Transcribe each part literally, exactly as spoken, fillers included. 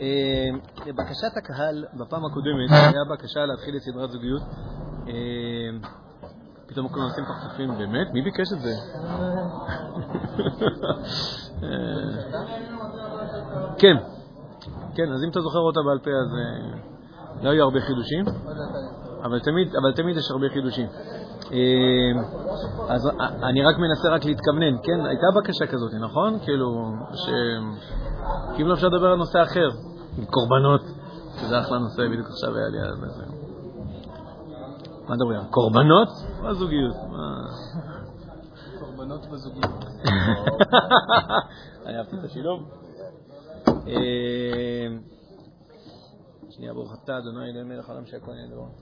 בקשת הקהל בפעם הקודמת היה בקשה להתחיל את סדרת זוגיות. פתאום כולם עושים פרצופים, באמת? מי ביקש את זה? כן, כן, אז אם אתה זוכר אותה בעל פה, אז לא היו הרבה חידושים, אבל תמיד, אבל תמיד יש הרבה חידושים. אז אני רק מנסה רק להתכוונן, כן? הייתה בקשה כזאת, נכון? כאילו, שכאילו אפשר לדבר על נושא אחר, עם קורבנות, שזה אחלה נושא, בדיוק עכשיו היה לי על זה. מה דברים? קורבנות? מה זוגיות? קורבנות בזוגיות. אני אהבתי את השילוב. שנייה, ברוך אתה, אדוני אלוהים מלך העולם שהכל נהיה דבר.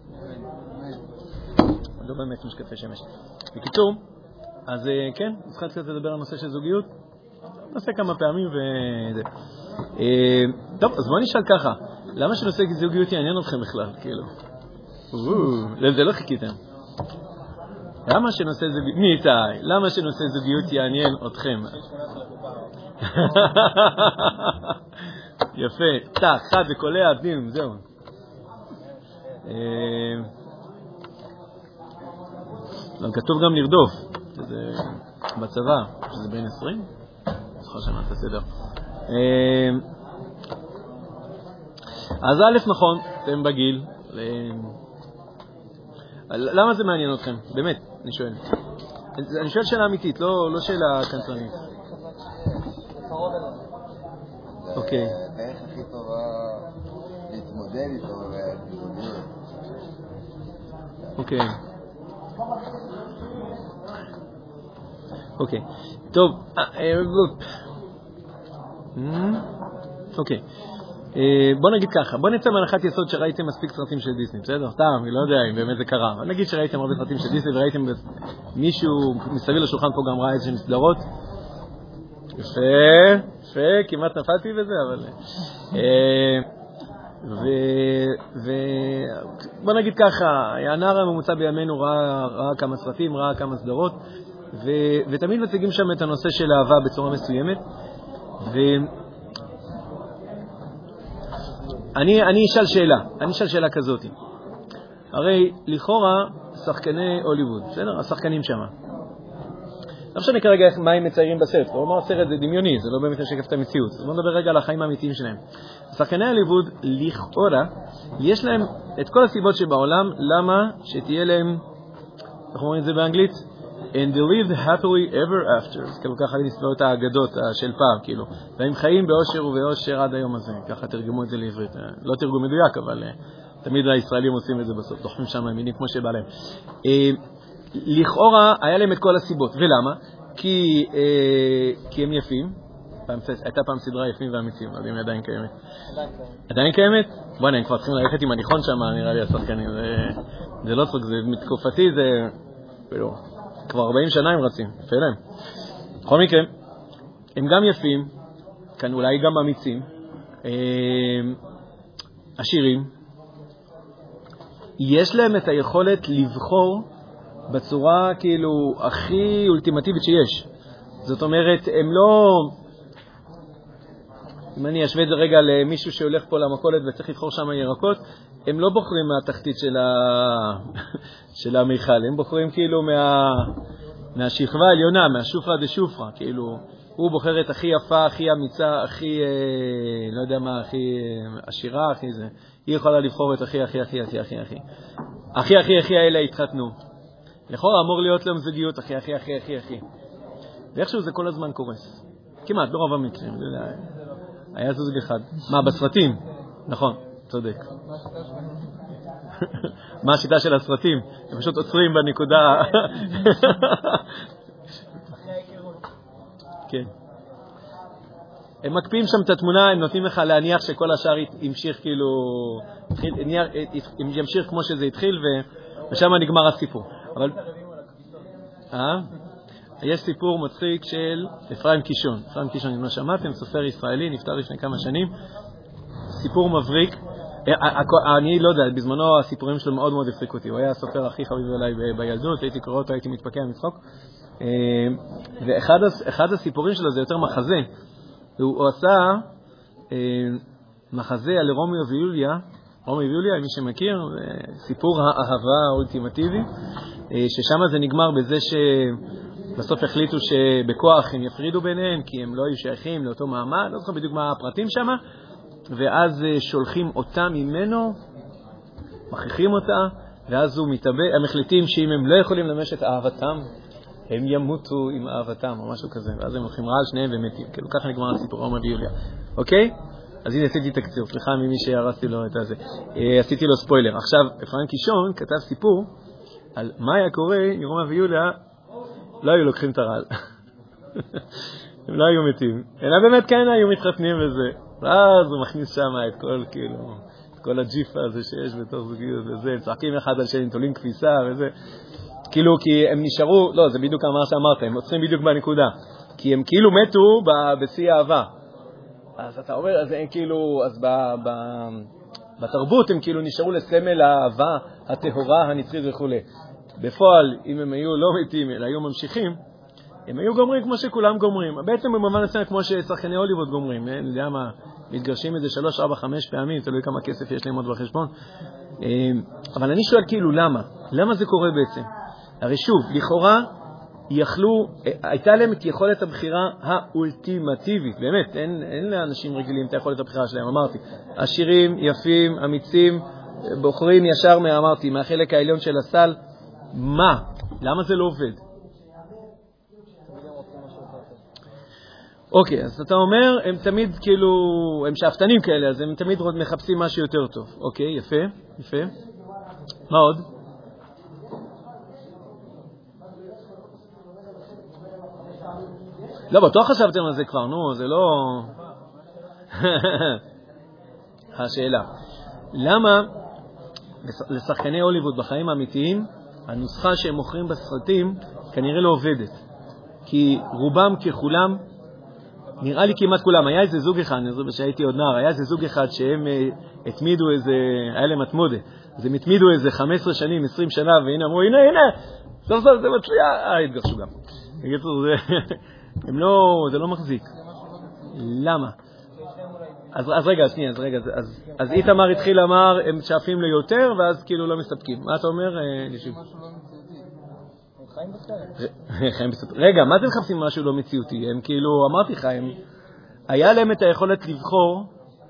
לא באמת משקפי שמש. בקיצור, אז כן, צריכה קצת לדבר על נושא של זוגיות. נעשה כמה פעמים וזה. טוב, אז בוא נשאל ככה. למה שנושא זוגיות יעניין אתכם בכלל? כאילו. לזה לא חיכיתם. למה שנושא זוגיות... מי איתי? למה שנושא זוגיות יעניין אתכם? יפה. תח, חד וקולע, דים, זהו. כתוב גם לרדוף. זה בצבא, שזה בין עשרים. זוכר שמעת את הסדר. אז א' נכון, אתם בגיל. למה זה מעניין אתכם? באמת, אני שואל. אני שואל שאלה אמיתית, לא, לא שאלה קנטרנית. אוקיי. הדרך הכי טובה להתמודד איתו ולהתמודד. אוקיי. אוקיי. טוב. אוקיי. בוא נגיד ככה, בוא נצא מהנחת יסוד שראיתם מספיק סרטים של דיסני, בסדר? סתם, אני לא יודע אם באמת זה קרה. אבל נגיד שראיתם הרבה סרטים של דיסני וראיתם מישהו מסביב לשולחן פה גם ראה איזשהם סדרות. יפה, יפה, כמעט נפלתי בזה, אבל... ובוא נגיד ככה, הנער הממוצע בימינו ראה כמה סרטים, ראה כמה סדרות, ותמיד מציגים שם את הנושא של אהבה בצורה מסוימת, ו... אני, אני אשאל שאלה, אני אשאל שאלה כזאת. הרי לכאורה שחקני הוליווד, בסדר? השחקנים שם. לא משנה כרגע מה הם מציירים בסרט, כלומר הסרט זה דמיוני, זה לא באמת משקף את המציאות. אז בואו נדבר רגע על החיים האמיתיים שלהם. שחקני הוליווד, לכאורה, יש להם את כל הסיבות שבעולם, למה שתהיה להם, איך אומרים את זה באנגלית? And they lived happily ever after. זה כאילו ככה נספרו את האגדות של פעם, כאילו. והם חיים באושר ובאושר עד היום הזה. ככה תרגמו את זה לעברית. לא תרגום מדויק, אבל תמיד הישראלים עושים את זה בסוף. דוחפים שם מילים כמו שבא להם. לכאורה היה להם את כל הסיבות. ולמה? כי, כי הם יפים. הייתה פעם סדרה יפים ואמיצים. אז היא עדיין קיימת. עדיין קיימת? בואי, הם כבר צריכים ללכת עם הניחון שם, נראה לי השחקנים. זה לא צחוק, זה מתקופתי, זה... כבר ארבעים שנה הם רצים, יפה להם. בכל מקרה, הם גם יפים, כאן אולי גם אמיצים, עשירים, יש להם את היכולת לבחור בצורה כאילו הכי אולטימטיבית שיש. זאת אומרת, הם לא... אם אני אשווה את זה רגע למישהו שהולך פה למכולת וצריך לבחור שם ירקות, הם לא בוחרים מהתחתית של, ה... של המיכל, הם בוחרים כאילו מה... מהשכבה העליונה, מהשופרה דשופרה, כאילו הוא בוחר את הכי יפה, הכי אמיצה, הכי, אה, לא יודע מה, הכי אה, עשירה, הכי זה. היא יכולה לבחור את הכי, הכי, הכי, הכי, הכי, הכי. הכי, הכי, הכי האלה התחתנו. לכאורה אמור להיות להם זוגיות, הכי, הכי, הכי, הכי, הכי. ואיכשהו זה כל הזמן קורס. כמעט, לא רוב המקרים. היה זוג אחד. מה, בסרטים? נכון, צודק. מה השיטה של הסרטים? הם פשוט עוצרים בנקודה. כן. הם מקפיאים שם את התמונה, הם נותנים לך להניח שכל השאר ימשיך כאילו, ימשיך כמו שזה התחיל, ושם נגמר הסיפור. אבל... אה? יש סיפור מצחיק של אפרים קישון. אפרים קישון, אם לא שמעתם, סופר ישראלי, נפטר לפני כמה שנים. סיפור מבריק. אני לא יודע, בזמנו הסיפורים שלו מאוד מאוד הפריק אותי. הוא היה הסופר הכי חביב אליי בילדות, הייתי קורא אותו, הייתי מתפקע מצחוק. ואחד הסיפורים שלו זה יותר מחזה. הוא עשה, מחזה על רומיו ויוליה, רומיו ויוליה, מי שמכיר, סיפור האהבה האולטימטיבי, ששם זה נגמר בזה שבסוף החליטו שבכוח הם יפרידו ביניהם, כי הם לא היו שייכים לאותו מעמד, לא זוכר בדיוק מה הפרטים שם, ואז שולחים אותה ממנו, מכריחים אותה, ואז הוא מתאבד, הם מחליטים שאם הם לא יכולים לממש את אהבתם, הם ימותו עם אהבתם או משהו כזה, ואז הם הולכים רעל שניהם ומתים. כאילו ככה נגמר הסיפור, רומיו ויוליה. אוקיי? אז הנה עשיתי תקציר, סליחה ממי שהרסתי לו את הזה. עשיתי לו ספוילר. עכשיו, אפרים קישון כתב סיפור על מה היה קורה אם רומיו ויוליה לא היו לוקחים את הרעל. הם לא היו מתים. אלא באמת כן היו מתחתנים וזה. ואז הוא מכניס שם את כל, כאילו, את כל הג'יפה הזה שיש בתוך זוגיות וזה. הם צועקים אחד על שני, תולים כביסה וזה. כאילו, כי הם נשארו, לא, זה בדיוק מה שאמרת, הם עוצרים בדיוק בנקודה. כי הם כאילו מתו בשיא האהבה. אז אתה אומר, אז הם כאילו, אז ב, ב, בתרבות הם כאילו נשארו לסמל האהבה, הטהורה, הנצחית וכו'. בפועל, אם הם היו לא מתים, אלא היו ממשיכים, הם היו גומרים כמו שכולם גומרים. בעצם במובן הסצנה כמו ששחקני הוליווד גומרים. אני יודע מה, מתגרשים איזה שלוש, ארבע, חמש פעמים, תלוי כמה כסף יש להם עוד בחשבון. אבל אני שואל כאילו, למה? למה זה קורה בעצם? הרי שוב, לכאורה, יכלו, הייתה להם את יכולת הבחירה האולטימטיבית, באמת, אין, אין לאנשים רגילים את יכולת הבחירה שלהם, אמרתי, עשירים, יפים, אמיצים, בוחרים ישר, מה, אמרתי, מהחלק העליון של הסל, מה? למה זה לא עובד? אוקיי, אז אתה אומר, הם תמיד כאילו, הם שאפתנים כאלה, אז הם תמיד מחפשים משהו יותר טוב. אוקיי, יפה, יפה. מה עוד? לא, בטוח חשבתם על זה כבר, נו, זה לא... השאלה, למה לשחקני הוליווד בחיים האמיתיים, הנוסחה שהם מוכרים בסרטים כנראה לא עובדת? כי רובם ככולם, נראה לי כמעט כולם, היה איזה זוג אחד, אני זוכר שהייתי עוד נער, היה איזה זוג אחד שהם התמידו איזה, היה להם התמודה, אז הם התמידו איזה חמש עשרה שנים, עשרים שנה, והנה אמרו, הנה, הנה, סוף סוף זה מצליח, אה, התגרשו גם. בקיצור, זה... הם לא, זה לא מחזיק. למה? אז, אז רגע, שנייה, אז רגע, אז, אז איתמר התחיל אמר, הם שאפים ליותר, ואז כאילו לא מסתפקים. מה אתה אומר? נישיב. חיים בסרט. רגע, מה זה מחפשים משהו לא מציאותי? הם כאילו, אמרתי לך, הם, היה להם את היכולת לבחור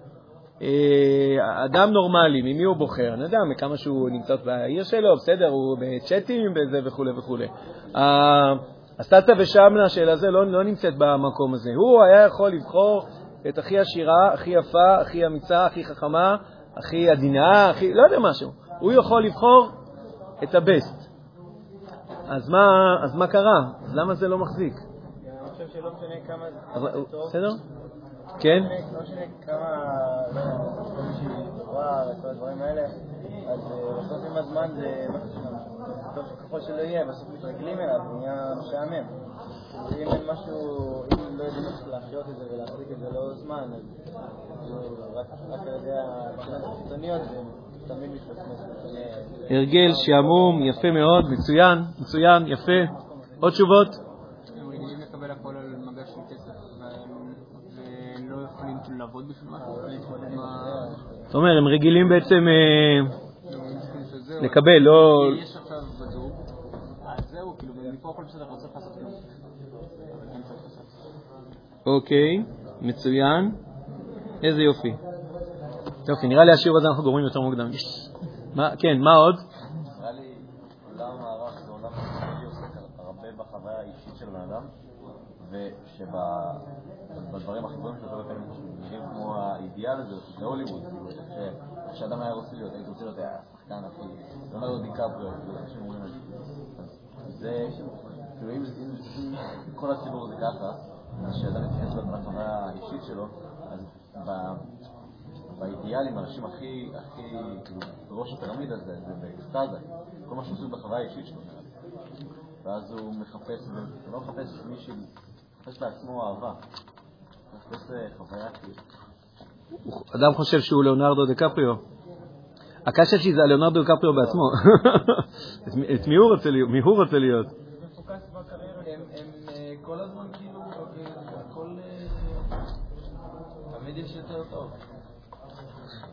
אה, אדם נורמלי, ממי הוא בוחר? אני יודע, מכמה שהוא נמצא בעיר שלו, בסדר, הוא בצ'אטים בזה וכו' וכו'. אה... הסטטה ושמנה, השאלה הזה לא, לא נמצאת במקום הזה. הוא היה יכול לבחור את הכי עשירה, הכי יפה, הכי אמיצה, הכי חכמה, הכי עדינה, הכי... לא יודע משהו. הוא יכול לבחור את הבסט. אז מה, אז מה קרה? אז למה זה לא מחזיק? אני חושב שלא משנה כמה זה טוב. בסדר? כן? לא משנה כמה, לא יודע, כל מישהי טובה וכל הדברים האלה, אז בסוף עם הזמן זה טוב ככל שלא יהיה, בסוף מתרגלים אליו, הוא נהיה משעמם. אם אין משהו, אם לא יודעים איך להחיות את זה ולהחזיק את זה לא זמן, אז רק על ידי הבחינות החיצוניות זה תמיד מתפסמס. הרגל, שעמום, יפה מאוד, מצוין, מצוין, יפה. עוד תשובות? הם רגילים לקבל הכל על מגע של כסף, ולא יכולים לעבוד בשביל משהו. זאת אומרת, הם רגילים בעצם לקבל, לא... יש עכשיו בזוג, אז זהו, כאילו, מפה הכל בסדר, לא צריך לעשות כלום. אוקיי, מצוין. איזה יופי. יופי, נראה לי השיעור הזה אנחנו גורמים יותר מוקדם. כן, מה עוד? נראה לי, עולם המערך זה עולם שלי עוסק הרבה בחוויה האישית של בן אדם, ושבדברים הכי גבוהים שלו פעמים נראים כמו האידיאל הזה, זה הוליווד, כשאדם היה רוצה להיות, הייתי רוצה להיות שחקן הכי, זה אומר לו דיקפריו, זה שאומרים את זה. כאילו אם כל הציבור זה ככה, אז כשאדם מתייחס בחוויה האישית שלו, אז באידיאלים, האנשים הכי, הכי, כאילו, בראש הפירמידה הזה, זה באקסטאזה, כל מה שעושים בחוויה האישית שלו. ואז הוא מחפש, הוא לא מחפש מישהו, מחפש לעצמו אהבה. מחפש חוויה כאילו. אדם חושב שהוא ליאונרדו דיקפריו. הקשה שלי זה ליאונרדו דיקפריו בעצמו. את מי הוא רוצה להיות? מי הוא רוצה להיות? מפוקס בקריירה, הם כל הזמן כאילו, הכל תמיד יש יותר טוב.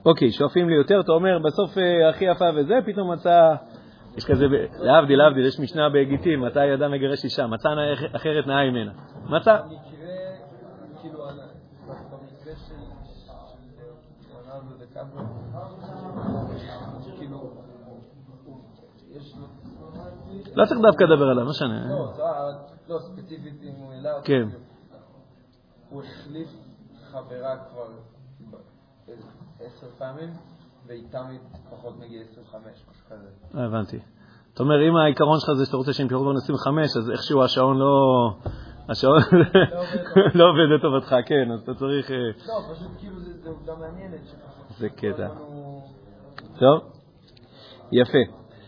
אוקיי, שואפים לי יותר, אתה אומר, בסוף הכי יפה וזה, פתאום מצא, יש כזה, להבדיל, להבדיל, יש משנה בגיטין, מצא אדם מגרש אישה, מצא אחרת נאה ממנה. מצא? כאילו, במקרה של רונלדו דקאפריו, כאילו, יש לו... לא צריך דווקא לדבר עליו, מה שנה? לא, ספציפית אם הוא העלה אותו. כן. הוא החליף חברה כבר עשר פעמים, והיא תמיד פחות מגיל עשרים וחמש, משהו כזה. הבנתי. אתה אומר, אם העיקרון שלך זה שאתה רוצה שהם יחזרו עשרים וחמש, אז איכשהו השעון לא... השעון לא עובד לטובתך, כן, אז אתה צריך... לא, פשוט כאילו זה עובדה מעניינת. זה קטע. טוב, יפה.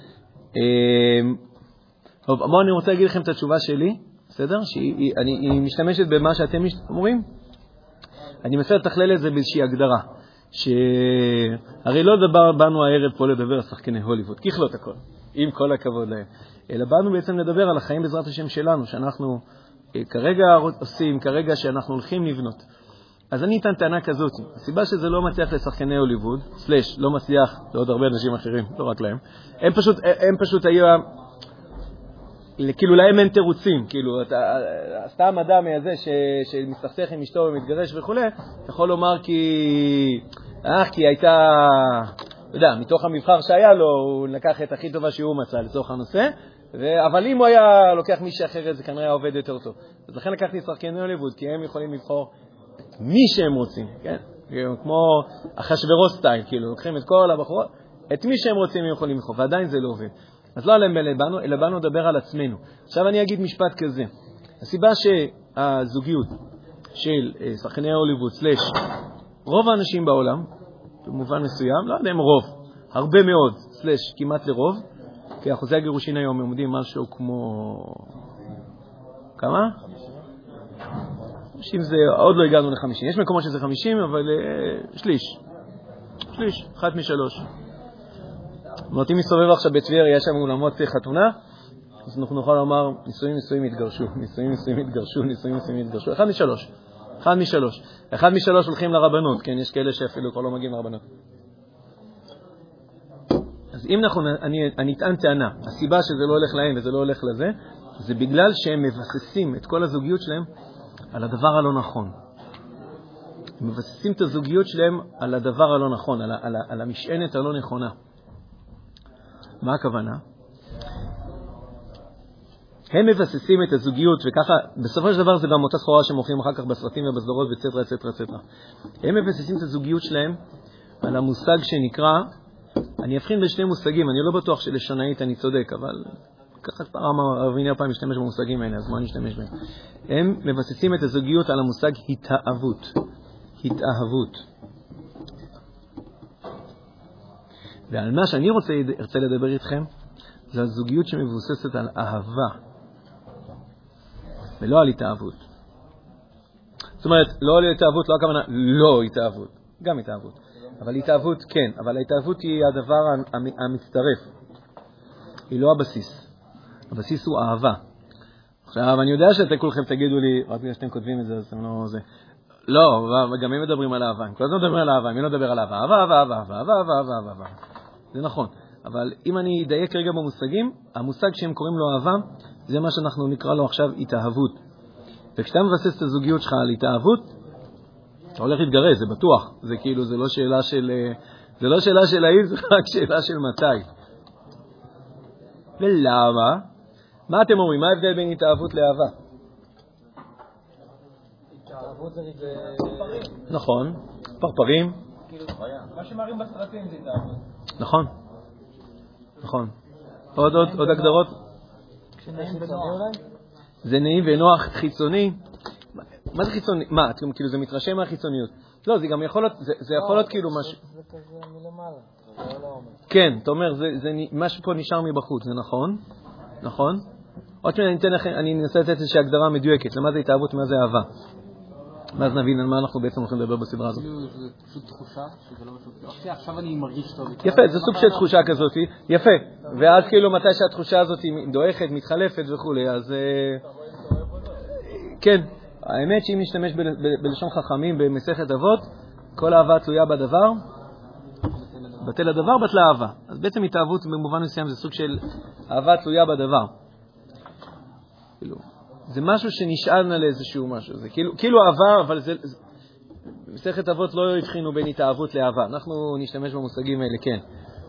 טוב, בואו אני רוצה להגיד לכם את התשובה שלי, בסדר? שהיא משתמשת במה שאתם אומרים. אני מנסה לתכלל את זה באיזושהי הגדרה. שהרי לא דבר באנו הערב פה לדבר על שחקני הוליווד, ככלות הכל, עם כל הכבוד להם. אלא באנו בעצם לדבר על החיים בעזרת השם שלנו, שאנחנו כרגע עושים, כרגע שאנחנו הולכים לבנות. אז אני אתן טענה כזאת. הסיבה שזה לא מצליח לשחקני הוליווד, סלש, לא מצליח לעוד הרבה אנשים אחרים, לא רק להם, הם פשוט, הם פשוט היו, כאילו להם אין תירוצים, כאילו, אתה, סתם אדם הזה ש, שמסתכסך עם אשתו ומתגרש וכו', יכול לומר כי, אה, כי הייתה, אתה יודע, מתוך המבחר שהיה לו, הוא לקח את הכי טובה שהוא מצא לצורך הנושא, ו... אבל אם הוא היה לוקח מישהו אחרת, זה כנראה עובד יותר טוב. אז לכן לקחתי שחקני הוליווד, כי הם יכולים לבחור מי שהם רוצים, כן? כמו אחשוורוש סטייל, כאילו, לוקחים את כל הבחורות, את מי שהם רוצים הם יכולים לבחור, ועדיין זה לא עובד. אז לא עליהם באנו, אלא באנו לדבר על עצמנו. עכשיו אני אגיד משפט כזה. הסיבה שהזוגיות של שחקני הוליווד, סלש, רוב האנשים בעולם, במובן מסוים, לא יודע אם רוב, הרבה מאוד, סלש, כמעט לרוב, כי אחוזי הגירושין היום עומדים משהו כמו... כמה? חמישים זה, עוד לא הגענו ל-חמישים. יש מקומות שזה חמישים, אבל uh, שליש. שליש, אחת משלוש. זאת אומרת, אם מסתובב עכשיו בטבריה, יש שם אולמות חתונה, אז אנחנו נוכל לומר, נישואים נישואים התגרשו, נישואים נישואים התגרשו, נישואים נישואים התגרשו. אחד משלוש. אחד משלוש. אחד משלוש הולכים לרבנות, כן, יש כאלה שאפילו כבר לא מגיעים לרבנות. אז אם אנחנו, אני, אני אטען טענה, הסיבה שזה לא הולך להם וזה לא הולך לזה, זה בגלל שהם מבססים את כל הזוגיות שלהם על הדבר הלא נכון. הם מבססים את הזוגיות שלהם על הדבר הלא נכון, על, על, על המשענת הלא נכונה. מה הכוונה? הם מבססים את הזוגיות, וככה, בסופו של דבר זה גם אותה סחורה שמוכרים אחר כך בסרטים ובסדרות, וצטרה, צטרה, צטרה. הם מבססים את הזוגיות שלהם על המושג שנקרא, אני אבחין בשני מושגים, אני לא בטוח שלשונאית אני צודק, אבל ככה פעם הרביני הפעם משתמש במושגים האלה, אז מה אני אשתמש בהם? הם מבססים את הזוגיות על המושג התאהבות. התאהבות. ועל מה שאני רוצה ארצה לדבר איתכם, זה הזוגיות שמבוססת על אהבה, ולא על התאהבות. זאת אומרת, לא על התאהבות, לא הכוונה, לא התאהבות, גם התאהבות. אבל התאהבות, כן, אבל ההתאהבות היא הדבר המצטרף. היא לא הבסיס. הבסיס הוא אהבה. עכשיו, אני יודע שאתם כולכם תגידו לי, רק בגלל שאתם כותבים את זה, אז אתם לא זה. לא, גם הם מדברים על אהבה. הם כל הזמן מדברים על אהבה, הם לא מדבר על אהבה. אהבה, אהבה, אהבה, אהבה, אהבה, אהבה, אהבה. זה נכון. אבל אם אני אדייק רגע במושגים, המושג שהם קוראים לו אהבה, זה מה שאנחנו נקרא לו עכשיו התאהבות. וכשאתה מבסס את הזוגיות שלך על התאהבות, אתה הולך להתגרש, זה בטוח. זה כאילו, זה לא שאלה של, זה לא שאלה של האם, זה רק שאלה של מתי. ולמה? מה אתם אומרים? מה ההבדל בין התאהבות לאהבה? התאהבות זה פרפרים. נכון, פרפרים. מה שמראים בסרטים זה התאהבות. נכון. נכון. עוד עוד עוד הגדרות? זה נעים ונוח חיצוני. מה זה חיצוני? מה, כאילו זה מתרשם מהחיצוניות. לא, זה גם יכול להיות, זה יכול להיות כאילו משהו. זה כזה מלמעלה. כן, אתה אומר, משהו פה נשאר מבחוץ, זה נכון? נכון? עוד שנייה, אני אתן לכם, אני אנסה לתת איזושהי הגדרה מדויקת, למה זה התאהבות, מה זה אהבה. ואז נבין על מה אנחנו בעצם הולכים לדבר בסדרה הזאת. זה פשוט תחושה, שזה לא משהו. עכשיו אני מרגיש טוב. יפה, זה סוג של תחושה כזאת, יפה. ואז כאילו מתי שהתחושה הזאת דועכת, מתחלפת וכו', אז כן, האמת שאם נשתמש בלשון חכמים במסכת אבות, כל אהבה תלויה בדבר בטל הדבר, בטלה אהבה. אז בעצם התאהבות במובן מסוים זה סוג של אהבה תלויה בדבר. כאילו, זה משהו שנשען על איזשהו משהו. זה כאילו, כאילו אהבה, אבל זה... במסכת אבות לא הבחינו בין התאהבות לאהבה. אנחנו נשתמש במושגים האלה, כן.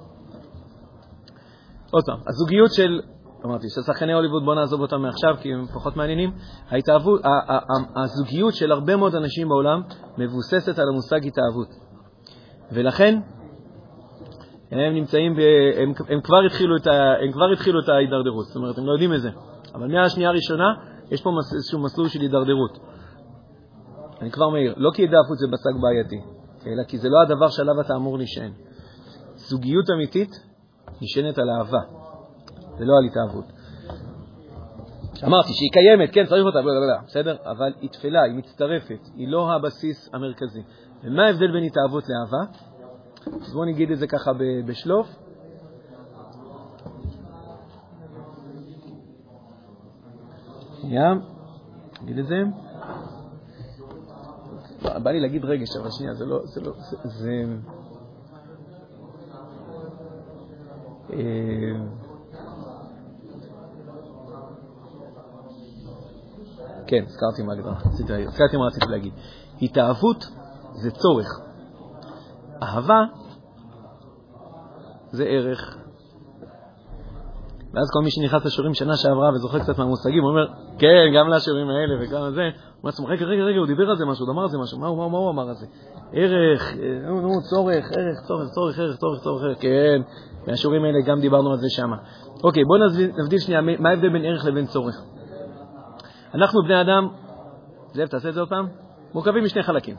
עוד פעם, הזוגיות של... אמרתי, של שחקני הוליווד, בוא נעזוב אותם מעכשיו, כי הם פחות מעניינים. ההתאהבות, הזוגיות של הרבה מאוד אנשים בעולם מבוססת על המושג התאהבות. ולכן, הם נמצאים, ב, הם, הם, כבר התחילו את ה, הם כבר התחילו את ההידרדרות. זאת אומרת, הם לא יודעים את זה. אבל מהשנייה הראשונה, יש פה איזשהו מסלול של הידרדרות. אני כבר מעיר, לא כי התאהבות זה בשק בעייתי, אלא כי זה לא הדבר שעליו אתה אמור להישען. זוגיות אמיתית נשענת על אהבה. זה לא על התאהבות. אמרתי שהיא קיימת, כן, צריך אותה, בסדר? אבל היא תפלה, היא מצטרפת, היא לא הבסיס המרכזי. ומה ההבדל בין התאהבות לאהבה? אז בואו נגיד את זה ככה בשלוף. שנייה, נגיד את זה. בא לי להגיד רגש, אבל שנייה, זה לא, זה לא, זה... זה... כן, הזכרתי מה הגדרה, הזכרתי מה רציתי להגיד. התאהבות זה צורך. אהבה זה ערך. ואז כל מי שנכנס לשיעורים שנה שעברה וזוכר קצת מהמושגים, הוא אומר, כן, גם לשיעורים האלה וגם לזה. הוא אומר, רגע, רגע, רגע, הוא דיבר על זה משהו, הוא אמר על זה משהו. מה הוא, מה הוא אמר על זה? ערך, נו, נו, צורך, ערך, צורך, צורך, ערך, צורך, צורך, ערך, כן. והשיעורים האלה גם דיברנו על זה שמה. אוקיי, בואו נבדיל שנייה, מה ההבדל בין ערך לבין צורך? אנחנו בני אדם, זאב, תעשה את זה עוד פעם? מורכבים משני חלקים.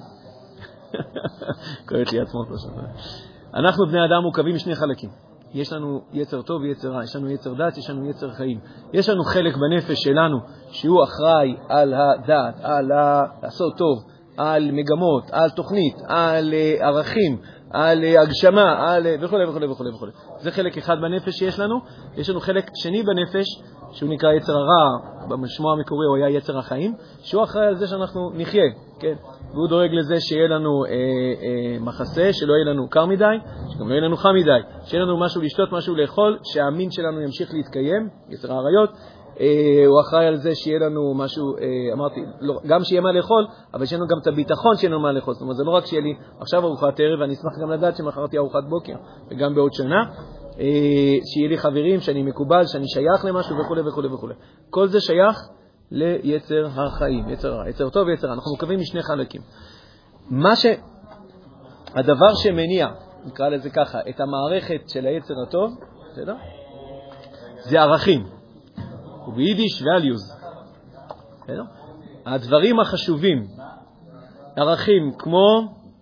קוראת לי עצמות לא שווה. אנחנו בני אדם מורכבים משני חלקים. יש לנו יצר טוב ויצר רע, יש לנו יצר דת, יש לנו יצר חיים. יש לנו חלק בנפש שלנו שהוא אחראי על הדת, על לעשות טוב, על מגמות, על תוכנית, על ערכים, על הגשמה, על וכו' וכו' וכו' וכו'. זה חלק אחד בנפש שיש לנו. יש לנו חלק שני בנפש, שהוא נקרא יצר הרע, במשמוע המקורי הוא היה יצר החיים, שהוא אחראי על זה שאנחנו נחיה, כן? והוא דואג לזה שיהיה לנו אה, אה, מחסה, שלא יהיה לנו קר מדי, שגם לא יהיה לנו חם מדי, שיהיה לנו משהו לשתות, משהו לאכול, שהמין שלנו ימשיך להתקיים, יצר העריות. אה, הוא אחראי על זה שיהיה לנו משהו, אה, אמרתי, לא, גם שיהיה מה לאכול, אבל שיהיה לנו גם את הביטחון שיהיה לנו מה לאכול. זאת אומרת, זה לא רק שיהיה לי עכשיו ארוחת ערב, ואני אשמח גם לדעת שמחרתי ארוחת בוקר, וגם בעוד שנה. שיהיה לי חברים, שאני מקובל, שאני שייך למשהו וכו' וכו' וכו'. כל זה שייך ליצר החיים, יצר רע, יצר טוב ויצר רע. אנחנו מורכבים משני חלקים. מה ש... הדבר שמניע, נקרא לזה ככה, את המערכת של היצר הטוב, בסדר? זה ערכים. וביידיש values. בסדר? הדברים החשובים, ערכים כמו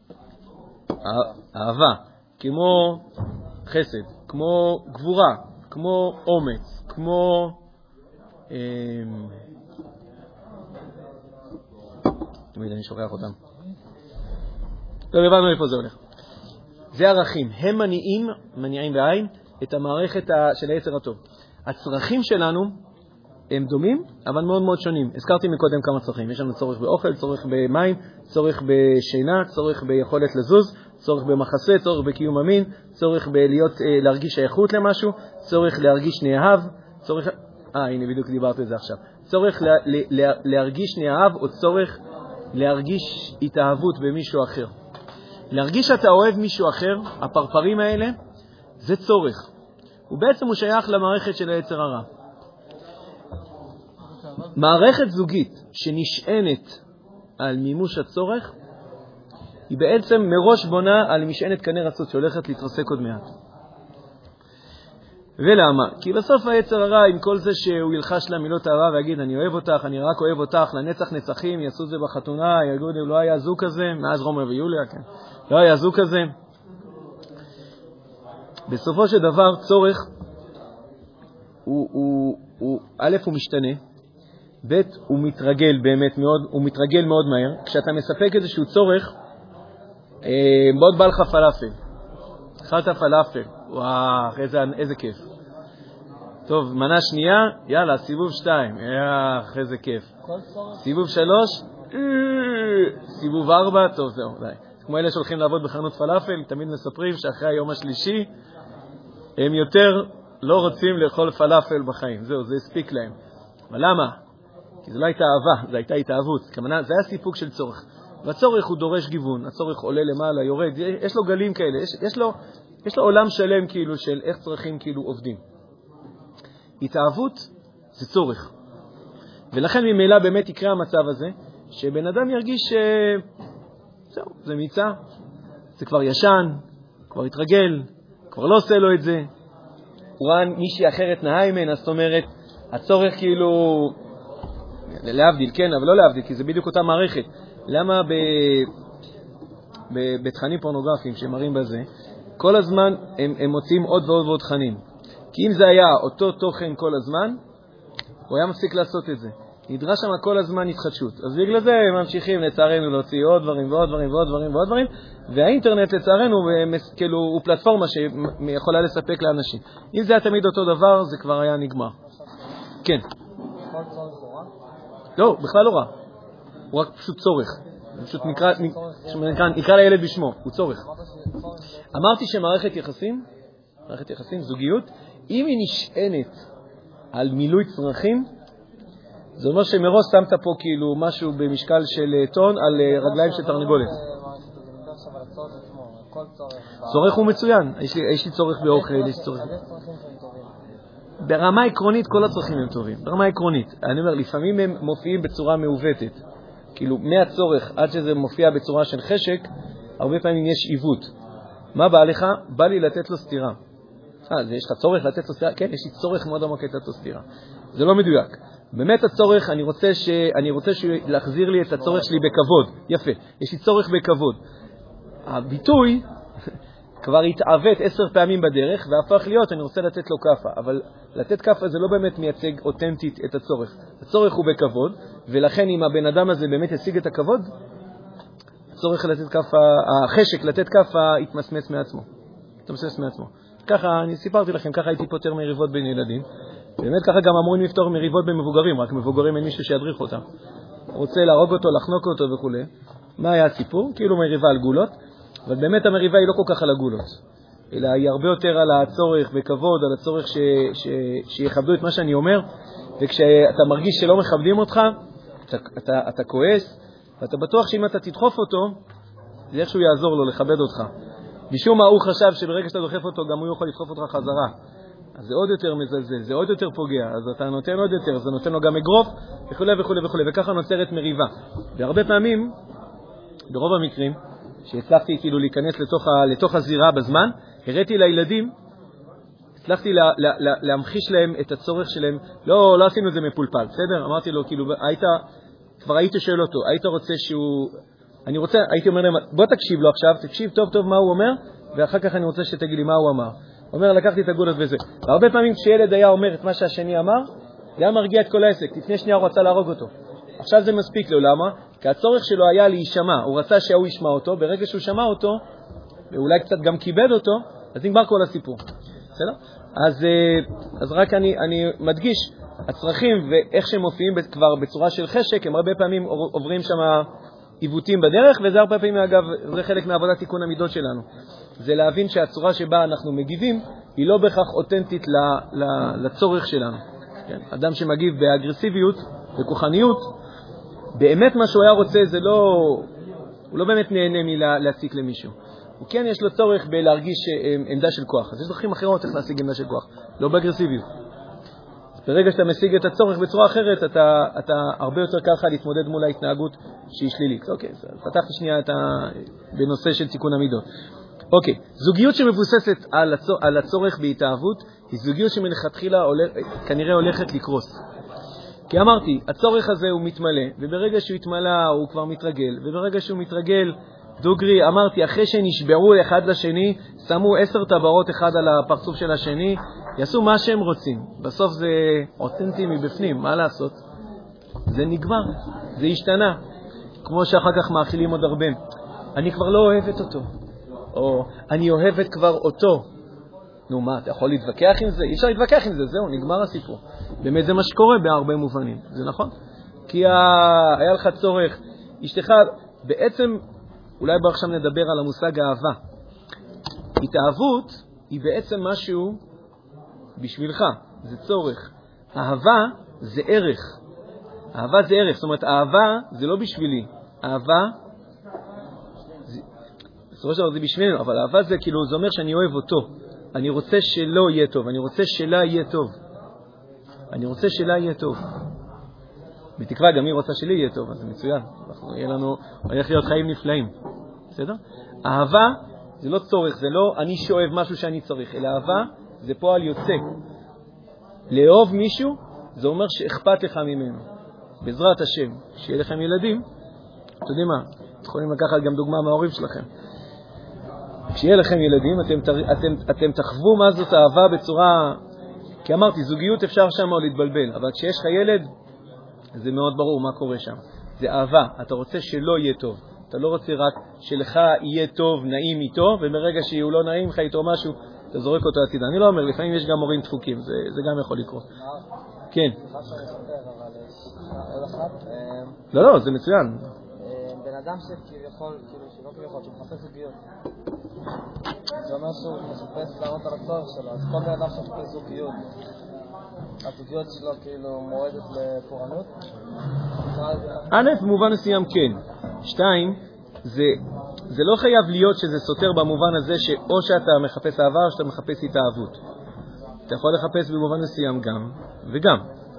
אהבה, כמו חסד, כמו גבורה, כמו אומץ, כמו תמיד אני שוכח אותם. טוב, הבנו איפה זה הולך. זה ערכים, הם מניעים, מניעים בעין, את המערכת של היצר הטוב. הצרכים שלנו הם דומים, אבל מאוד מאוד שונים. הזכרתי מקודם כמה צרכים. יש לנו צורך באוכל, צורך במים, צורך בשינה, צורך ביכולת לזוז, צורך במחסה, צורך בקיום המין, צורך בלהיות, להרגיש שייכות למשהו, צורך להרגיש נאהב, צורך... אה, הנה בדיוק דיברתי על זה עכשיו. צורך לה, לה, להרגיש נאהב או צורך להרגיש התאהבות במישהו אחר. להרגיש שאתה אוהב מישהו אחר, הפרפרים האלה, זה צורך. ובעצם הוא שייך למערכת של היצר הרע. מערכת זוגית שנשענת על מימוש הצורך, היא בעצם מראש בונה על משענת קנה רצות שהולכת להתרסק עוד מעט. ולמה? כי בסוף היצר הרע, עם כל זה שהוא ילחש לה מילות אהבה ויגיד, אני אוהב אותך, אני רק אוהב אותך, לנצח נצחים, יעשו זה בחתונה, יגידו, לא היה זוג כזה, מאז רומא ויוליה, כן. לא היה זוג כזה. בסופו של דבר, צורך, הוא, הוא, הוא, א', הוא משתנה, ב', הוא מתרגל באמת מאוד, הוא מתרגל מאוד מהר. כשאתה מספק איזשהו צורך, אה, מאוד בא לך פלאפל. אכלת פלאפל, וואו, איזה, איזה כיף. טוב, מנה שנייה, יאללה, סיבוב שתיים, יאללה, איזה כיף. סיבוב שלוש, סיבוב ארבע, טוב, זהו, די. כמו אלה שהולכים לעבוד בחנות פלאפל, תמיד מספרים שאחרי היום השלישי הם יותר לא רוצים לאכול פלאפל בחיים. זהו, זה הספיק להם. אבל למה? כי זה לא הייתה אהבה, זה הייתה התאהבות. כמובן, זה היה סיפוק של צורך. והצורך הוא דורש גיוון, הצורך עולה למעלה, יורד, יש לו גלים כאלה, יש, יש לו, יש לו עולם שלם כאילו של איך צרכים כאילו עובדים. התאהבות זה צורך. ולכן ממילא באמת יקרה המצב הזה, שבן אדם ירגיש ש... זהו, זה מיצה, זה כבר ישן, כבר התרגל, כבר לא עושה לו את זה. הוא ראה מישהי אחרת נאה ממנה, זאת אומרת, הצורך כאילו, להבדיל, כן, אבל לא להבדיל, כי זה בדיוק אותה מערכת. למה ב... ב... בתכנים פורנוגרפיים שמראים בזה, כל הזמן הם, הם מוצאים עוד ועוד ועוד תכנים. כי אם זה היה אותו תוכן כל הזמן, הוא היה מפסיק לעשות את זה. נדרש שם כל הזמן התחדשות. אז בגלל זה הם ממשיכים לצערנו להוציא עוד דברים ועוד דברים ועוד דברים ועוד דברים, והאינטרנט לצערנו כאילו, הוא פלטפורמה שיכולה לספק לאנשים. אם זה היה תמיד אותו דבר, זה כבר היה נגמר. כן. לא, בכלל לא רע. הוא רק פשוט צורך. פשוט נקרא, נקרא, נקרא לילד בשמו, הוא צורך. אמרתי שמערכת יחסים, מערכת יחסים, זוגיות, אם היא נשענת על מילוי צרכים, זה אומר שמראש שמת פה כאילו משהו במשקל של טון על רגליים של תרנגולת. צורך הוא מצוין, יש לי, יש לי צורך באוכל, יש לי צורך. ברמה עקרונית כל הצרכים הם טובים, ברמה עקרונית. אני אומר, לפעמים הם מופיעים בצורה מעוותת. כאילו, מהצורך עד שזה מופיע בצורה של חשק, הרבה פעמים יש עיוות. מה בא לך? בא לי לתת לו סתירה. אה, יש לך צורך לתת לו סתירה? כן, יש לי צורך מאוד עמוק לתת לו סתירה. זה לא מדויק. באמת הצורך, אני רוצה ש... אני רוצה ש... להחזיר לי את הצורך שלי בכבוד. יפה. יש לי צורך בכבוד. הביטוי כבר התעוות עשר פעמים בדרך, והפך להיות, אני רוצה לתת לו כפה. אבל לתת כפה זה לא באמת מייצג אותנטית את הצורך. הצורך הוא בכבוד, ולכן אם הבן אדם הזה באמת ישיג את הכבוד, הצורך לתת כפה, החשק לתת כפה יתמסמס מעצמו. יתמסמס מעצמו. ככה, אני סיפרתי לכם, ככה הייתי פותר מריבות בין ילדים. באמת ככה גם אמורים לפתור מריבות במבוגרים, רק מבוגרים אין מישהו שידריך אותם. רוצה להרוג אותו, לחנוק אותו וכו'. מה היה הסיפור? כאילו מריבה על גולות, אבל באמת המריבה היא לא כל כך על הגולות, אלא היא הרבה יותר על הצורך בכבוד, על הצורך ש... ש... שיכבדו את מה שאני אומר, וכשאתה מרגיש שלא מכבדים אותך, אתה, אתה, אתה כועס, ואתה בטוח שאם אתה תדחוף אותו, זה איכשהו יעזור לו לכבד אותך. משום מה הוא חשב שברגע שאתה דוחף אותו, גם הוא יכול לדחוף אותך חזרה. אז זה עוד יותר מזלזל, זה עוד יותר פוגע, אז אתה נותן עוד יותר, זה נותן לו גם אגרוף, וכו' וכו' וכו', וככה נוצרת מריבה. והרבה פעמים, ברוב המקרים, שהצלחתי כאילו להיכנס לתוך, ה, לתוך הזירה בזמן, הראיתי לילדים, הצלחתי לה, לה, לה, להמחיש להם את הצורך שלהם, לא, לא עשינו את זה מפולפל, בסדר? אמרתי לו, כאילו, היית, כבר היית שואל אותו, היית רוצה שהוא, אני רוצה, הייתי אומר להם, בוא תקשיב לו עכשיו, תקשיב טוב טוב מה הוא אומר, ואחר כך אני רוצה שתגיד לי מה הוא אמר. הוא אומר, לקחתי את הגולות וזה. והרבה פעמים כשילד היה אומר את מה שהשני אמר, זה היה מרגיע את כל העסק, לפני שנייה הוא רצה להרוג אותו. עכשיו זה מספיק לו, למה? כי הצורך שלו היה להישמע, הוא רצה שהוא ישמע אותו, ברגע שהוא שמע אותו, ואולי קצת גם כיבד אותו, אז נגמר כל הסיפור. בסדר? אז, אז רק אני, אני מדגיש, הצרכים ואיך שהם מופיעים כבר בצורה של חשק, הם הרבה פעמים עוברים שם עיוותים בדרך, וזה הרבה פעמים, אגב, זה חלק מעבודת תיקון המידות שלנו. זה להבין שהצורה שבה אנחנו מגיבים, היא לא בהכרח אותנטית ל, ל, לצורך שלנו. כן? אדם שמגיב באגרסיביות, בכוחניות, באמת מה שהוא היה רוצה זה לא, הוא לא באמת נהנה מלהציק למישהו. הוא כן יש לו צורך בלהרגיש עמדה של כוח. אז יש דרכים אחרות איך להשיג עמדה של כוח, לא באגרסיביות. ברגע שאתה משיג את הצורך בצורה אחרת, אתה, אתה הרבה יותר קל לך להתמודד מול ההתנהגות שהיא שלילית. אוקיי, פתחתי שנייה את ה... בנושא של תיקון המידות. אוקיי, זוגיות שמבוססת על, הצור... על הצורך בהתאהבות, היא זוגיות שמלכתחילה הולך... כנראה הולכת לקרוס. כי אמרתי, הצורך הזה הוא מתמלא, וברגע שהוא התמלא הוא כבר מתרגל, וברגע שהוא מתרגל, דוגרי, אמרתי, אחרי שנשבעו אחד לשני, שמו עשר טבעות אחד על הפרצוף של השני, יעשו מה שהם רוצים. בסוף זה אותנטי מבפנים, מה לעשות? זה נגמר, זה השתנה. כמו שאחר כך מאכילים עוד הרבה. אני כבר לא אוהבת אותו. או אני אוהבת כבר אותו. נו מה, אתה יכול להתווכח עם זה? אי אפשר להתווכח עם זה, זהו, נגמר הסיפור. באמת זה מה שקורה בהרבה מובנים, זה נכון? כי ה... היה לך צורך, אשתך בעצם אולי בוא עכשיו נדבר על המושג אהבה. התאהבות היא בעצם משהו בשבילך, זה צורך. אהבה זה ערך. אהבה זה ערך, זאת אומרת, אהבה זה לא בשבילי. אהבה, זה, בסופו של דבר זה בשבילנו, אבל אהבה זה כאילו, זה אומר שאני אוהב אותו. אני רוצה שלא יהיה טוב, אני רוצה שלה יהיה טוב. אני רוצה שלה יהיה טוב. בתקווה גם היא רוצה שלי יהיה טוב, אז זה מצוין. אנחנו, יהיה לנו, הולך להיות חיים נפלאים. בסדר? אהבה זה לא צורך, זה לא אני שואב משהו שאני צריך, אלא אהבה זה פועל יוצא. לאהוב מישהו זה אומר שאכפת לך ממנו. בעזרת השם, שיהיה לכם ילדים, אתם יודעים מה, אתם יכולים לקחת גם דוגמה מההורים שלכם. כשיהיה לכם ילדים, אתם, אתם, אתם תחוו מה זאת אהבה בצורה, כי אמרתי, זוגיות אפשר שם או להתבלבל, אבל כשיש לך ילד, זה מאוד ברור מה קורה שם. זה אהבה, אתה רוצה שלא יהיה טוב. אתה לא רוצה רק שלך יהיה טוב, נעים איתו, וברגע שהוא לא נעים לך איתו משהו, אתה זורק אותו הצידה. אני לא אומר, לפעמים יש גם הורים דפוקים, זה, זה גם יכול לקרות. כן. לא, לא, זה מצוין. בן אדם שכביכול, כאילו, שלא כביכול, שהוא מחפש זוגיות. זה אומר שהוא מחפש לענות על הצורך שלו, אז כל בן אדם שמחפש זוגיות, הזוגיות שלו כאילו מועדת לפורענות? א', במובן מסוים כן. שתיים, זה, זה לא חייב להיות שזה סותר במובן הזה שאו שאתה מחפש אהבה או שאתה מחפש התאהבות. אתה יכול לחפש במובן מסוים גם וגם.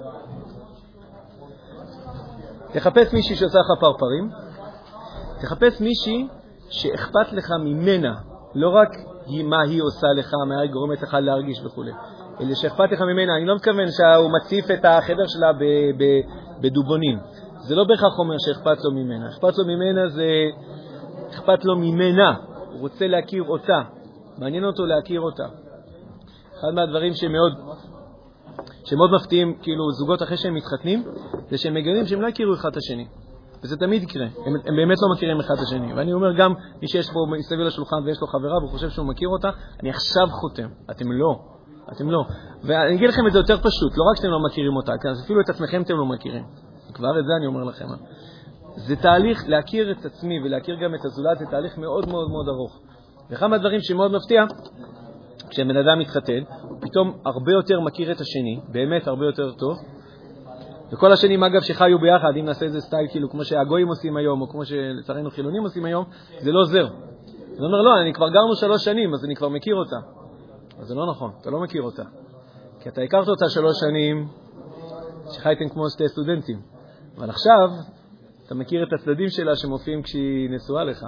תחפש מישהי שעושה לך פרפרים, תחפש מישהי שאכפת לך ממנה, לא רק מה היא עושה לך, מה היא גורמת לך להרגיש וכו'. אלא שאכפת לך ממנה, אני לא מתכוון שהוא מציף את החדר שלה ב- ב- בדובונים. זה לא בהכרח אומר שאכפת לו ממנה. אכפת לו ממנה זה, אכפת לו ממנה. הוא רוצה להכיר אותה. מעניין אותו להכיר אותה. אחד מהדברים שמאוד, שמאוד מפתיעים, כאילו זוגות אחרי שהם מתחתנים, זה שהם מגלים שהם לא הכירו אחד את השני. וזה תמיד יקרה. הם, הם באמת לא מכירים אחד את השני. ואני אומר גם, מי שיש פה מסביב לשולחן ויש לו חברה והוא חושב שהוא מכיר אותה, אני עכשיו חותם. אתם לא. אתם לא. ואני אגיד לכם את זה יותר פשוט. לא רק שאתם לא מכירים אותה, כי אפילו את עצמכם אתם לא מכירים. כבר את זה אני אומר לכם. זה תהליך, להכיר את עצמי ולהכיר גם את הזולת, זה תהליך מאוד מאוד מאוד ארוך. ואחד מהדברים שמאוד מפתיע, כשבן אדם מתחתן, הוא פתאום הרבה יותר מכיר את השני, באמת הרבה יותר טוב. וכל השנים, אגב, שחיו ביחד, אם נעשה איזה סטייל, כאילו, כמו שהגויים עושים היום, או כמו שלצערנו חילונים עושים היום, זה לא עוזר. זה אומר, לא, אני כבר גרנו שלוש שנים, אז אני כבר מכיר אותה. אז זה לא נכון, אתה לא מכיר אותה. כי אתה הכרת אותה שלוש שנים, שחייתם כמו שתי סטודנטים. אבל עכשיו, אתה מכיר את הצדדים שלה שמופיעים כשהיא נשואה לך.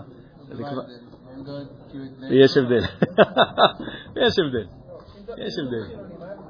יש הבדל. יש הבדל. יש הבדל.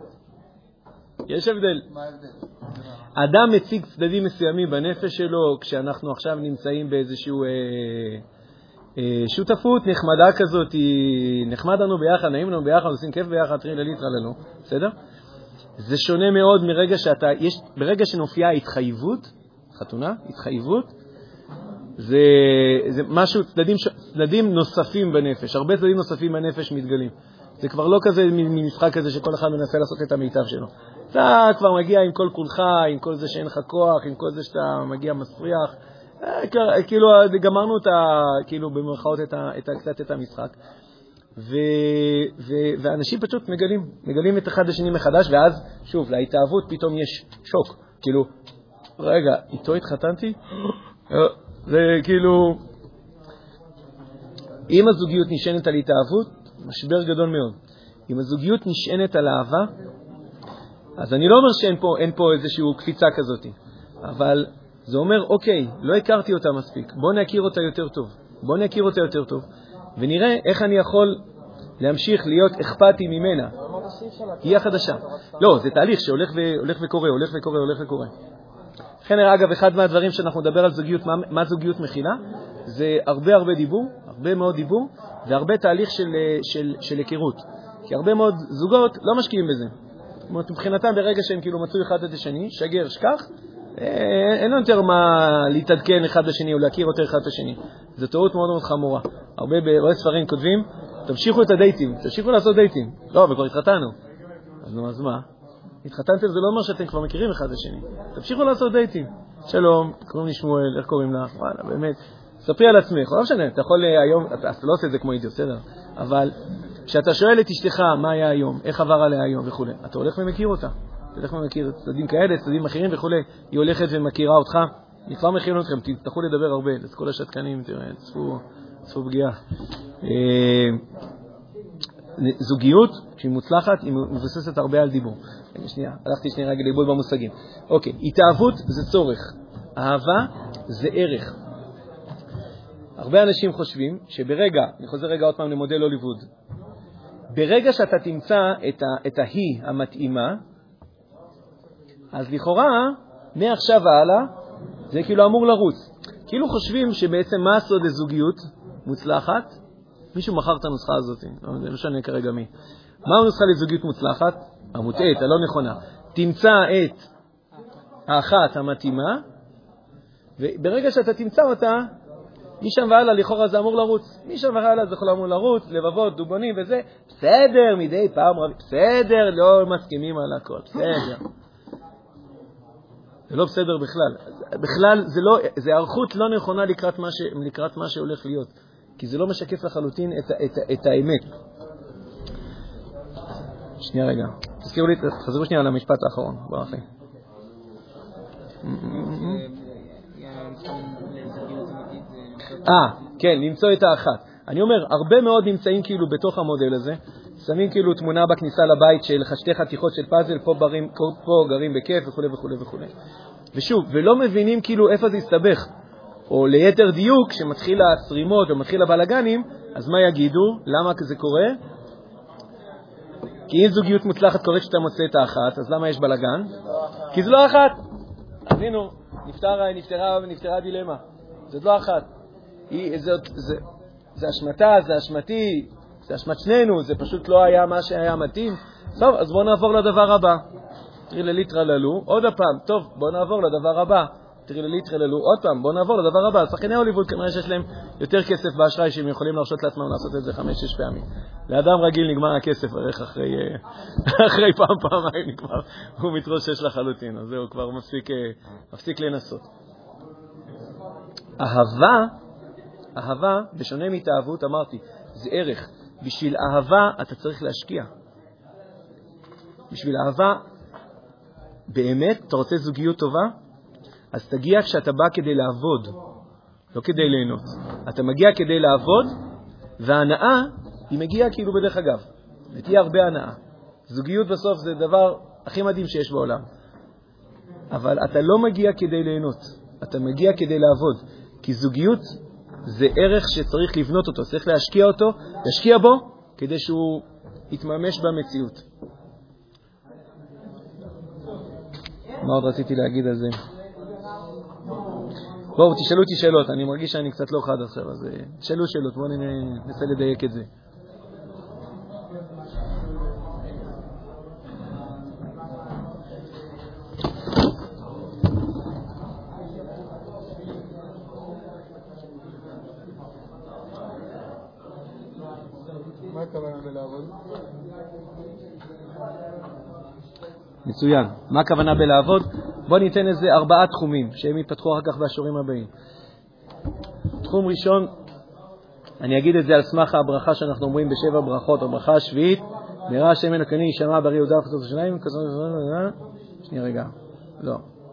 יש הבדל. אדם מציג צדדים מסוימים בנפש שלו, כשאנחנו עכשיו נמצאים באיזשהו אה, אה, שותפות נחמדה כזאת, נחמד לנו ביחד, נעים לנו ביחד, עושים כיף ביחד, טרילה ליטרה לנו, בסדר? זה שונה מאוד מרגע שאתה, יש, ברגע שנופיעה התחייבות, חתונה, התחייבות, זה, זה משהו, צדדים, צדדים נוספים בנפש, הרבה צדדים נוספים בנפש מתגלים. זה כבר לא כזה ממשחק כזה שכל אחד מנסה לעשות את המיטב שלו. אתה כבר מגיע עם כל כולך, עם כל זה שאין לך כוח, עם כל זה שאתה מגיע מסריח. כאילו, גמרנו את ה, כאילו, במרכאות את ה, את ה, קצת את המשחק. ו, ו, ואנשים פשוט מגלים, מגלים את אחד השני מחדש, ואז, שוב, להתאהבות פתאום יש שוק. כאילו, רגע, איתו התחתנתי? זה כאילו, אם הזוגיות נשענת על התאהבות, משבר גדול מאוד. אם הזוגיות נשענת על אהבה, אז אני לא אומר שאין פה, אין פה איזושהי קפיצה כזאת, אבל זה אומר, אוקיי, לא הכרתי אותה מספיק, בוא נכיר אותה יותר טוב, בוא נכיר אותה יותר טוב, ונראה איך אני יכול להמשיך להיות אכפתי ממנה. היא החדשה. לא, זה תהליך שהולך ו... הולך וקורה, הולך וקורה, הולך וקורה. לכן, אגב, אחד מהדברים שאנחנו נדבר על זוגיות, מה, מה זוגיות מכילה, זה הרבה הרבה דיבור, הרבה מאוד דיבור, והרבה תהליך של, של, של היכרות. כי הרבה מאוד זוגות לא משקיעים בזה. מבחינתם ברגע שהם כאילו מצאו אחד את השני, שגר, שכח, אין יותר מה להתעדכן אחד לשני או להכיר יותר אחד את השני. זו טעות מאוד מאוד חמורה. הרבה ברואי ספרים כותבים, תמשיכו את הדייטים, תמשיכו לעשות דייטים. לא, וכבר התחתנו. אז נו, אז מה? התחתנתם זה לא אומר שאתם כבר מכירים אחד את השני. תמשיכו לעשות דייטים. שלום, קוראים לי שמואל, איך קוראים לך? וואלה, באמת. ספרי על עצמך, לא משנה, אתה יכול היום, אתה לא עושה את זה כמו אידיוט, בסדר? אבל כשאתה שואל את אשתך מה היה היום, איך עבר עליה היום וכו', אתה הולך ומכיר אותה. אתה הולך ומכיר צדדים כאלה, צדדים אחרים וכו', היא הולכת ומכירה אותך. אני כבר מכיר אתכם, תצטרכו לדבר הרבה, את כל השתקנים, תראה, צפו, צפו פגיעה. זוגיות, כשהיא מוצלחת, היא מבוססת הרבה על דיבור. שנייה, הלכתי שנייה רגע לאיבוד במושגים. אוקיי, התאהבות זה צורך, אהבה זה ערך. הרבה אנשים חושבים שברגע, אני חוזר רגע עוד פעם למודל הוליווד, ברגע שאתה תמצא את, ה, את ההיא המתאימה, אז לכאורה, מעכשיו והלאה, זה כאילו אמור לרוץ. כאילו חושבים שבעצם מה הסוד לזוגיות מוצלחת? מישהו מכר את הנוסחה הזאת, זה לא שאני כרגע מי. מה הנוסחה לזוגיות מוצלחת? המוטעת, הלא נכונה. תמצא את האחת המתאימה, וברגע שאתה תמצא אותה, משם והלאה לכאורה זה אמור לרוץ. משם והלאה זה יכול אמור לרוץ, לבבות, דובונים וזה. בסדר, מדי פעם רבי. בסדר, לא מסכימים על הכל. בסדר. זה לא בסדר בכלל. בכלל זה לא, זה ערכות לא נכונה לקראת מה ש, לקראת מה שהולך להיות. כי זה לא משקף לחלוטין את, את, את האמת. שנייה רגע. תזכירו לי, תחזרו שנייה על המשפט האחרון. בוא אחי. אה, כן, למצוא את האחת. אני אומר, הרבה מאוד נמצאים כאילו בתוך המודל הזה, שמים כאילו תמונה בכניסה לבית של שתי חתיכות של פאזל, פה, ברים, פה גרים בכיף וכו' וכו' וכו'. ושוב, ולא מבינים כאילו איפה זה יסתבך. או ליתר דיוק, כשמתחיל הסרימות ומתחיל הבלגנים, אז מה יגידו? למה זה קורה? כי אם זוגיות מוצלחת קורה כשאתה מוצא את האחת, אז למה יש בלגן? כי זה לא אחת. אז הנה, נפטרה, נפטרה ונפטרה דילמה. זאת לא אחת. היא, זה, זה, זה אשמתה, זה אשמתי, זה אשמת שנינו, זה פשוט לא היה מה שהיה מתאים. טוב, אז בואו נעבור לדבר הבא. תראי לליטרה ללו, עוד הפעם, טוב, בואו נעבור לדבר הבא. תראי לליטרה ללו, עוד פעם, בואו נעבור לדבר הבא. שחקני הוליווד כנראה שיש להם יותר כסף באשראי שהם יכולים להרשות לעצמם לעשות את זה חמש-שש פעמים. לאדם רגיל נגמר הכסף, הולך אחרי, אחרי פעם פעמיים נגמר, הוא מתרושש לחלוטין, אז זהו, כבר מפסיק, מפסיק לנסות. אהבה, אהבה, בשונה מהתאהבות, אמרתי, זה ערך. בשביל אהבה אתה צריך להשקיע. בשביל אהבה, באמת, אתה רוצה זוגיות טובה? אז תגיע כשאתה בא כדי לעבוד, לא כדי ליהנות. אתה מגיע כדי לעבוד, וההנאה היא מגיעה כאילו בדרך אגב. ותהיה הרבה הנאה. זוגיות בסוף זה דבר הכי מדהים שיש בעולם. אבל אתה לא מגיע כדי ליהנות. אתה מגיע כדי לעבוד. כי זוגיות זה ערך שצריך לבנות אותו, צריך להשקיע אותו, להשקיע בו, כדי שהוא יתממש במציאות. מה עוד רציתי להגיד על זה? בואו, תשאלו אותי שאלות, אני מרגיש שאני קצת לא חד עכשיו, אז תשאלו שאלות, בואו ננסה לדייק את זה. מה הכוונה בלעבוד? מצוין. מה הכוונה בלעבוד? בוא ניתן איזה ארבעה תחומים שהם יתפתחו אחר כך בשיעורים הבאים. תחום ראשון, אני אגיד את זה על סמך הברכה שאנחנו אומרים בשבע ברכות, הברכה השביעית, נראה השם אלוקינו יישמע בריא יהודה וחצות השניים, שנייה רגע, לא.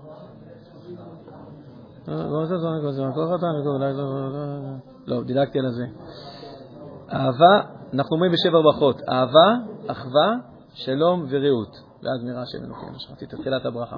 לא, דילגתי על זה. אהבה, אנחנו אומרים בשבע ברכות, אהבה, אחווה, שלום ורעות. ואז נראה השם אלוקינו, שכחתי את תחילת הברכה.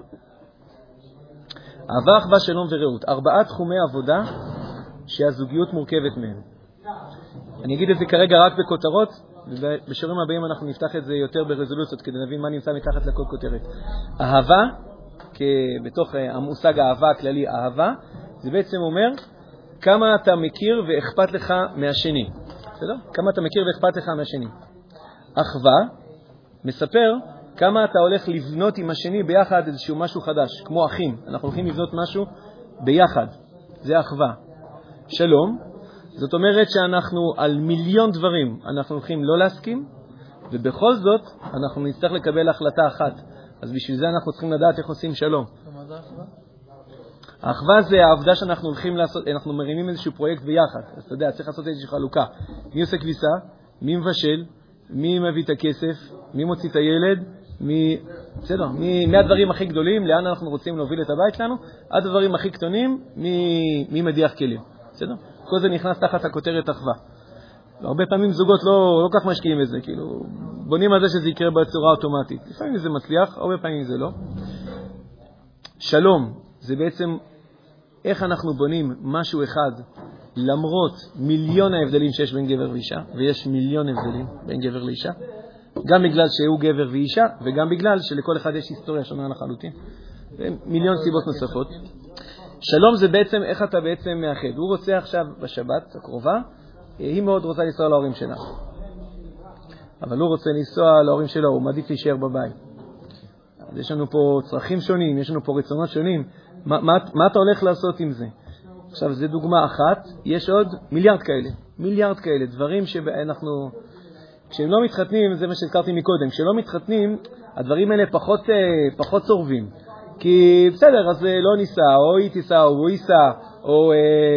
אהבה, אחווה, שלום ורעות. ארבעה תחומי עבודה שהזוגיות מורכבת מהם. אני אגיד את זה כרגע רק בכותרות, ובשיעורים הבאים אנחנו נפתח את זה יותר ברזולוציות כדי להבין מה נמצא מתחת לכל כותרת. אהבה, בתוך המושג האהבה הכללי, אהבה, זה בעצם אומר כמה אתה מכיר ואכפת לך מהשני. בסדר? כמה אתה מכיר ואכפת לך מהשני. אחווה מספר כמה אתה הולך לבנות עם השני ביחד איזשהו משהו חדש, כמו אחים. אנחנו הולכים לבנות משהו ביחד. זה אחווה. שלום, זאת אומרת שאנחנו על מיליון דברים אנחנו הולכים לא להסכים, ובכל זאת אנחנו נצטרך לקבל החלטה אחת. אז בשביל זה אנחנו צריכים לדעת איך עושים שלום. מה זה אחווה? האחווה זה העובדה שאנחנו הולכים לעשות, אנחנו מרימים איזשהו פרויקט ביחד. אז אתה יודע, צריך לעשות איזושהי חלוקה. מי עושה כביסה? מי מבשל? מי מביא את הכסף? מי מוציא את הילד? מי... בסדר, מי... מהדברים הכי גדולים, לאן אנחנו רוצים להוביל את הבית שלנו, עד הדברים הכי קטנים, מי, מי מדיח כלים. בסדר? כל זה נכנס תחת הכותרת אחווה. והרבה פעמים זוגות לא, לא כך משקיעים בזה, כאילו, בונים על זה שזה יקרה בצורה אוטומטית. לפעמים זה מצליח, הרבה פעמים זה לא. שלום, זה בעצם איך אנחנו בונים משהו אחד, למרות מיליון ההבדלים שיש בין גבר ואישה, ויש מיליון הבדלים בין גבר לאישה, גם בגלל שהוא גבר ואישה, וגם בגלל שלכל אחד יש היסטוריה שונה לחלוטין. מיליון סיבות נוספות. שלום זה בעצם איך אתה בעצם מאחד. הוא רוצה עכשיו בשבת הקרובה, היא מאוד רוצה לנסוע להורים שלה. אבל הוא רוצה לנסוע להורים שלו, הוא מעדיף להישאר בבית. אז יש לנו פה צרכים שונים, יש לנו פה רצונות שונים. מה, מה, מה אתה הולך לעשות עם זה? עכשיו, זו דוגמה אחת, יש עוד מיליארד כאלה. מיליארד כאלה, דברים שאנחנו... כשהם לא מתחתנים, זה מה שהזכרתי מקודם, כשלא מתחתנים, הדברים האלה פחות, פחות צורבים. כי בסדר, אז לא ניסה, או היא תיסה, או הוא ייסה, או...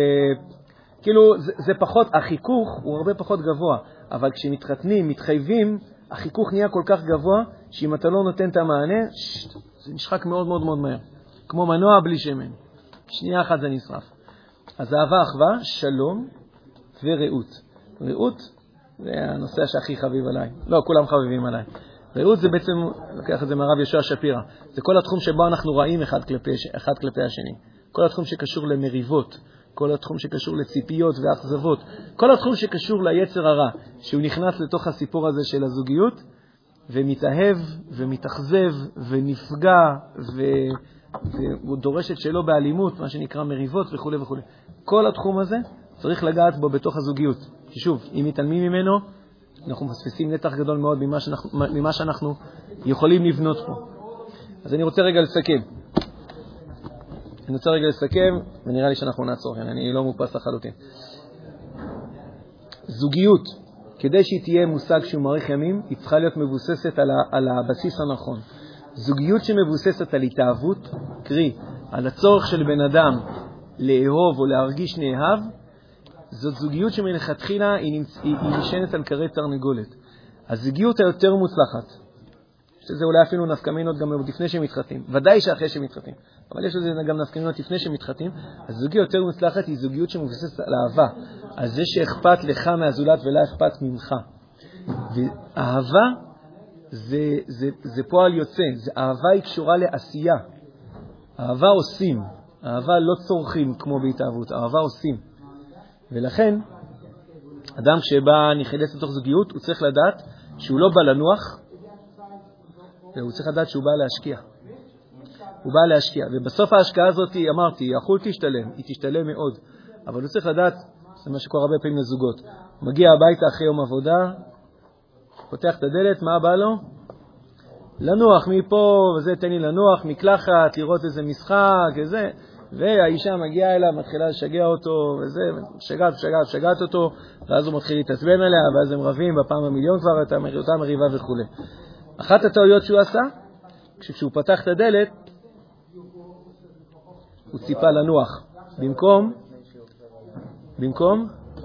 כאילו, זה, זה פחות, החיכוך הוא הרבה פחות גבוה. אבל כשמתחתנים, מתחייבים, החיכוך נהיה כל כך גבוה, שאם אתה לא נותן את המענה, שט, זה נשחק מאוד מאוד מאוד מהר. כמו מנוע בלי שמן. שנייה אחת זה נשרף. אז אהבה, אחווה, שלום ורעות. רעות זה הנושא שהכי חביב עליי. לא, כולם חביבים עליי. רעות זה בעצם, לקח את זה מהרב ישוע שפירא, זה כל התחום שבו אנחנו ראים אחד כלפי, אחד כלפי השני. כל התחום שקשור למריבות, כל התחום שקשור לציפיות ואכזבות, כל התחום שקשור ליצר הרע, שהוא נכנס לתוך הסיפור הזה של הזוגיות, ומתאהב ומתאכזב ונפגע, והוא דורש את שלו באלימות, מה שנקרא מריבות וכו' וכו'. כל התחום הזה צריך לגעת בו בתוך הזוגיות. ששוב, אם מתעלמים ממנו, אנחנו מפספסים נתח גדול מאוד ממה שאנחנו, ממה שאנחנו יכולים לבנות פה. אז אני רוצה רגע לסכם. אני רוצה רגע לסכם, ונראה לי שאנחנו נעצור. אני לא מופס לחלוטין. זוגיות, כדי שהיא תהיה מושג שהוא מעריך ימים, היא צריכה להיות מבוססת על, ה, על הבסיס הנכון. זוגיות שמבוססת על התאהבות, קרי, על הצורך של בן אדם לאהוב או להרגיש נאהב, זאת זוגיות שמלכתחילה היא, נמצ... היא, היא נשענת על קרי תרנגולת. הזוגיות היותר מוצלחת, שזה אולי אפילו נפקמינות גם לפני שמתחתנים, ודאי שאחרי שמתחתנים, אבל יש לזה גם נפקמינות לפני שמתחתנים. הזוגיות יותר מוצלחת היא זוגיות שמבוססת על אהבה, על זה שאכפת לך מהזולת ולא אכפת ממך. ואהבה זה, זה, זה פועל יוצא, זה, אהבה היא קשורה לעשייה. אהבה עושים, אהבה לא צורכים כמו בהתאהבות, אהבה עושים. ולכן, אדם שבא נחלץ לתוך זוגיות, הוא צריך לדעת שהוא לא בא לנוח, והוא צריך לדעת שהוא בא להשקיע. הוא בא להשקיע. ובסוף ההשקעה הזאת, אמרתי, החול תשתלם, היא תשתלם מאוד. אבל הוא צריך לדעת, זה מה שקורה הרבה פעמים לזוגות. הוא מגיע הביתה אחרי יום עבודה, פותח את הדלת, מה בא לו? לנוח מפה, וזה תן לי לנוח, מקלחת, לראות איזה משחק, איזה... והאישה מגיעה אליו, מתחילה לשגע אותו, וזה, שגעת, שגעת, שגעת אותו, ואז הוא מתחיל להתעצבן עליה, ואז הם רבים בפעם המיליון כבר, את אותה מריבה וכו'. אחת הטעויות שהוא עשה, כשהוא פתח את הדלת, הוא ציפה לנוח. במקום, במקום,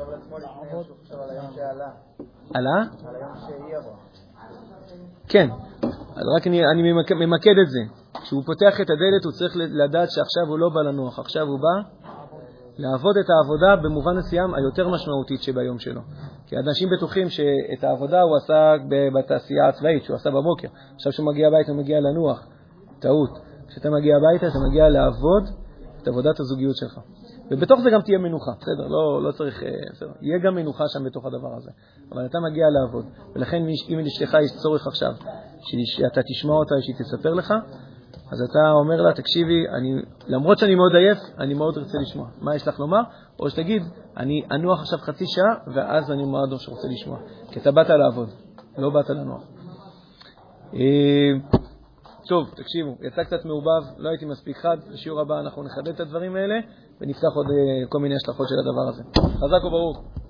עלה? על היום שהיא עברה. כן, רק אני, אני ממקד את זה. כשהוא פותח את הדלת הוא צריך לדעת שעכשיו הוא לא בא לנוח, עכשיו הוא בא לעבוד את העבודה במובן מסוים היותר משמעותית שביום שלו. כי אנשים בטוחים שאת העבודה הוא עשה בתעשייה הצבאית, שהוא עשה בבוקר. עכשיו שהוא מגיע הביתה הוא מגיע לנוח. טעות. כשאתה מגיע הביתה אתה מגיע לעבוד את עבודת הזוגיות שלך. ובתוך זה גם תהיה מנוחה, בסדר, לא, לא צריך, בסדר. יהיה גם מנוחה שם בתוך הדבר הזה. אבל אתה מגיע לעבוד. ולכן אם לאשתך יש צורך עכשיו שאתה תשמע אותה, שהיא תספר לך, אז אתה אומר לה, תקשיבי, אני, למרות שאני מאוד עייף, אני מאוד רוצה לשמוע. מה יש לך לומר? או שתגיד, אני אנוח עכשיו חצי שעה, ואז אני מאוד רוצה לשמוע. כי אתה באת לעבוד, לא באת לנוח. טוב, תקשיבו, יצא קצת מעובב, לא הייתי מספיק חד. בשיעור הבא אנחנו נחדד את הדברים האלה, ונפתח עוד כל מיני השלכות של הדבר הזה. חזק וברוך.